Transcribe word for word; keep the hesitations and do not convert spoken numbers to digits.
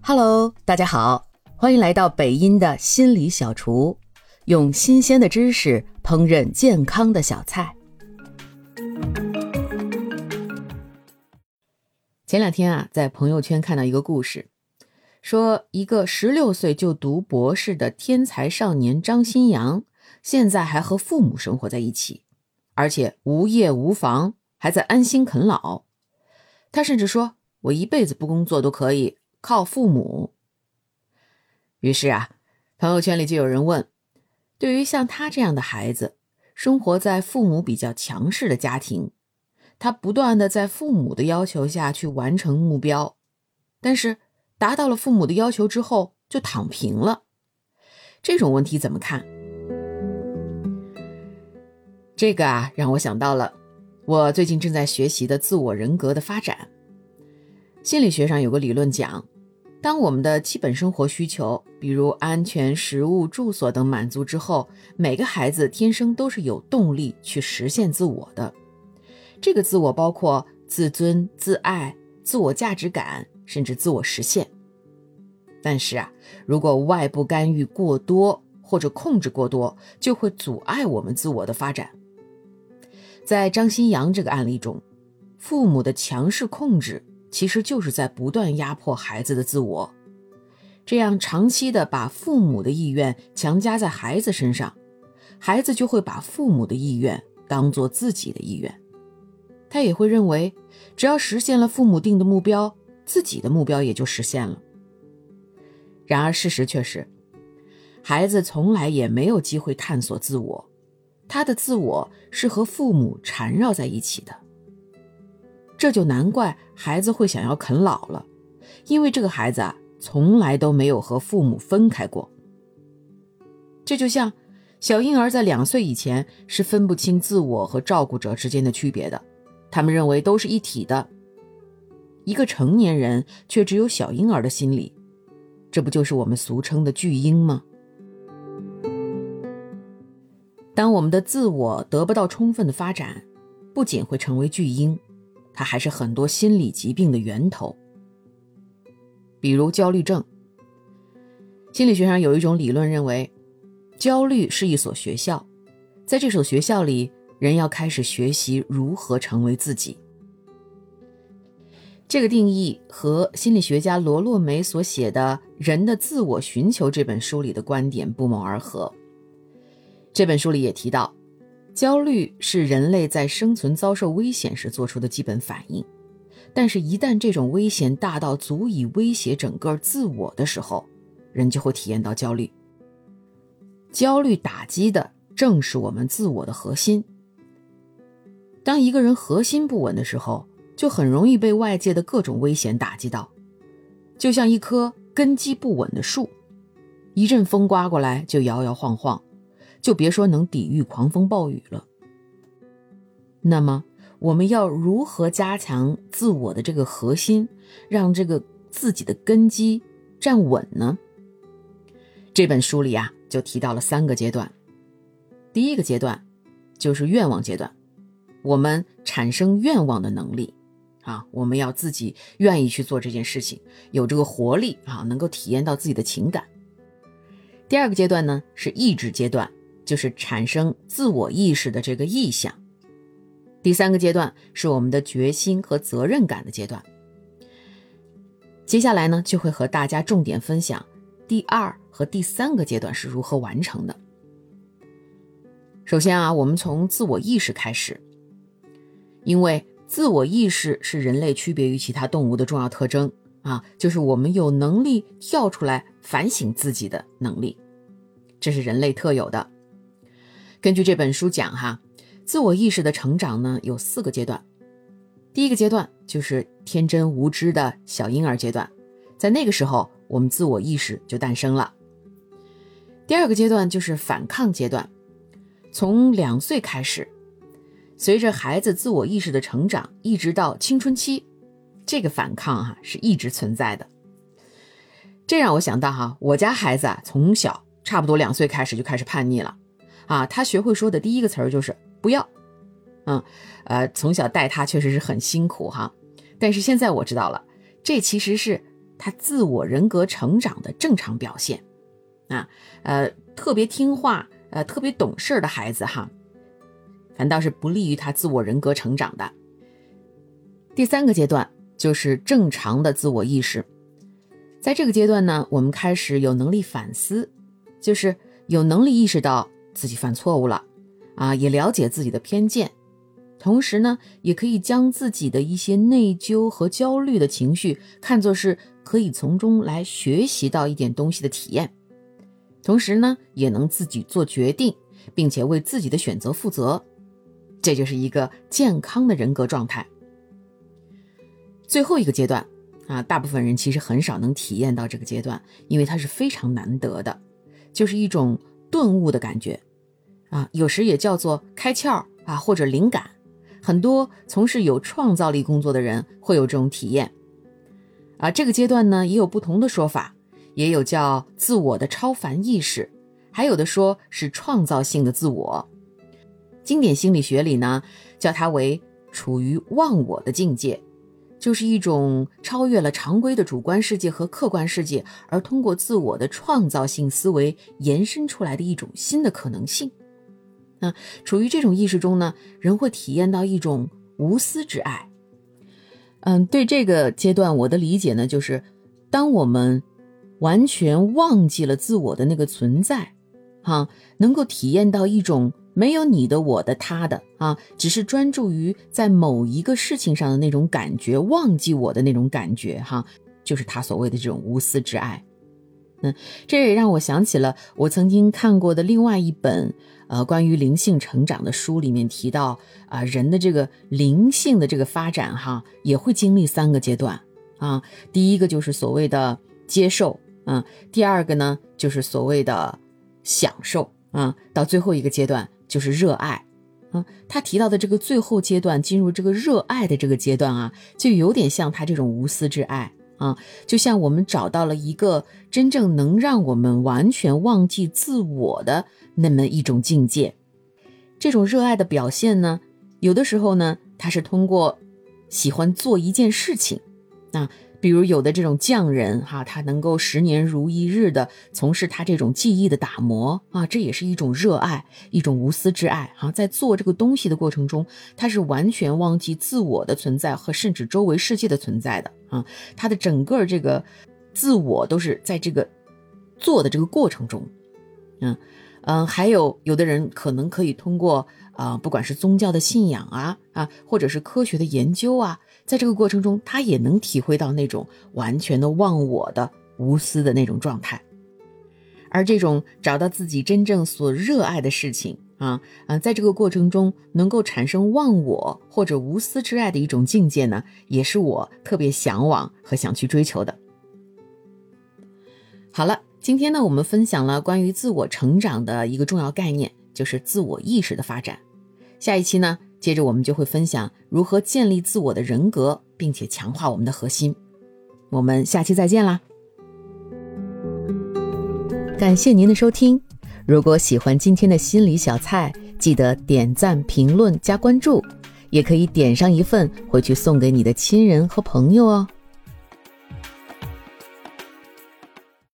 Hello， 大家好，欢迎来到北音的心理小厨，用新鲜的知识烹饪健康的小菜。前两天啊，在朋友圈看到一个故事，说一个十六岁就读博士的天才少年张新阳，现在还和父母生活在一起，而且无业无房，还在安心啃老。他甚至说，我一辈子不工作都可以，靠父母。于是啊，朋友圈里就有人问，对于像他这样的孩子，生活在父母比较强势的家庭，他不断地在父母的要求下去完成目标，但是达到了父母的要求之后就躺平了，这种问题怎么看？这个啊，让我想到了我最近正在学习的自我人格的发展。心理学上有个理论讲，当我们的基本生活需求，比如安全、食物、住所等满足之后，每个孩子天生都是有动力去实现自我的。这个自我包括自尊、自爱、自我价值感，甚至自我实现。但是啊，如果外部干预过多或者控制过多，就会阻碍我们自我的发展。在张新阳这个案例中，父母的强势控制其实就是在不断压迫孩子的自我，这样长期的把父母的意愿强加在孩子身上，孩子就会把父母的意愿当作自己的意愿。他也会认为，只要实现了父母定的目标，自己的目标也就实现了。然而事实却是，孩子从来也没有机会探索自我，他的自我是和父母缠绕在一起的。这就难怪孩子会想要啃老了，因为这个孩子啊，从来都没有和父母分开过。这就像小婴儿在两岁以前是分不清自我和照顾者之间的区别的，他们认为都是一体的。一个成年人却只有小婴儿的心理，这不就是我们俗称的巨婴吗？当我们的自我得不到充分的发展，不仅会成为巨婴，它还是很多心理疾病的源头。比如焦虑症。心理学上有一种理论认为，焦虑是一所学校，在这所学校里，人要开始学习如何成为自己。这个定义和心理学家罗洛梅所写的《人的自我寻求》这本书里的观点不谋而合。这本书里也提到，焦虑是人类在生存遭受危险时做出的基本反应，但是一旦这种危险大到足以威胁整个自我的时候，人就会体验到焦虑。焦虑打击的正是我们自我的核心。当一个人核心不稳的时候，就很容易被外界的各种危险打击到，就像一棵根基不稳的树，一阵风刮过来就摇摇晃晃，就别说能抵御狂风暴雨了。那么我们要如何加强自我的这个核心，让这个自己的根基站稳呢？这本书里啊，就提到了三个阶段。第一个阶段就是愿望阶段，我们产生愿望的能力啊，我们要自己愿意去做这件事情，有这个活力啊，能够体验到自己的情感。第二个阶段呢，是意志阶段，就是产生自我意识的这个意向。第三个阶段是我们的决心和责任感的阶段。接下来呢，就会和大家重点分享第二和第三个阶段是如何完成的。首先啊，我们从自我意识开始，因为自我意识是人类区别于其他动物的重要特征啊，就是我们有能力跳出来反省自己的能力，这是人类特有的。根据这本书讲哈，自我意识的成长呢有四个阶段。第一个阶段就是天真无知的小婴儿阶段，在那个时候我们自我意识就诞生了。第二个阶段就是反抗阶段，从两岁开始，随着孩子自我意识的成长，一直到青春期，这个反抗啊是一直存在的。这让我想到哈，我家孩子啊从小差不多两岁开始就开始叛逆了啊，他学会说的第一个词儿就是不要。嗯，呃，从小带他确实是很辛苦哈，但是现在我知道了，这其实是他自我人格成长的正常表现啊，呃，特别听话，呃，特别懂事的孩子哈，反倒是不利于他自我人格成长的。第三个阶段就是正常的自我意识，在这个阶段呢，我们开始有能力反思，就是有能力意识到自己犯错误了啊，也了解自己的偏见，同时呢，也可以将自己的一些内疚和焦虑的情绪看作是可以从中来学习到一点东西的体验，同时呢，也能自己做决定，并且为自己的选择负责，这就是一个健康的人格状态。最后一个阶段啊，大部分人其实很少能体验到这个阶段，因为它是非常难得的，就是一种顿悟的感觉啊，有时也叫做开窍啊，或者灵感。很多从事有创造力工作的人会有这种体验啊。这个阶段呢，也有不同的说法，也有叫自我的超凡意识，还有的说是创造性的自我。经典心理学里呢，叫它为处于忘我的境界，就是一种超越了常规的主观世界和客观世界，而通过自我的创造性思维延伸出来的一种新的可能性。那处于这种意识中呢，人会体验到一种无私之爱。嗯，对这个阶段我的理解呢，就是当我们完全忘记了自我的那个存在啊，能够体验到一种没有你的我的他的啊，只是专注于在某一个事情上的那种感觉，忘记我的那种感觉哈，就是他所谓的这种无私之爱。嗯，这也让我想起了我曾经看过的另外一本呃关于灵性成长的书，里面提到啊、呃，人的这个灵性的这个发展哈，也会经历三个阶段啊。第一个就是所谓的接受啊，第二个呢就是所谓的享受啊，到最后一个阶段就是热爱啊。他提到的这个最后阶段，进入这个热爱的这个阶段啊，就有点像他这种无私之爱啊，就像我们找到了一个真正能让我们完全忘记自我的那么一种境界。这种热爱的表现呢，有的时候呢，它是通过喜欢做一件事情啊，比如有的这种匠人哈，他能够十年如一日的从事他这种技艺的打磨啊，这也是一种热爱，一种无私之爱啊。在做这个东西的过程中，他是完全忘记自我的存在和甚至周围世界的存在的啊，他的整个这个自我都是在这个做的这个过程中。嗯嗯，还有有的人可能可以通过啊、呃，不管是宗教的信仰啊啊，或者是科学的研究啊，在这个过程中，他也能体会到那种完全的忘我的无私的那种状态。而这种找到自己真正所热爱的事情啊啊，在这个过程中能够产生忘我或者无私之爱的一种境界呢，也是我特别向往和想去追求的。好了，今天呢，我们分享了关于自我成长的一个重要概念，就是自我意识的发展。下一期呢，接着我们就会分享如何建立自我的人格，并且强化我们的核心。我们下期再见啦！感谢您的收听。如果喜欢今天的心理小菜，记得点赞、评论、加关注，也可以点上一份回去送给你的亲人和朋友哦。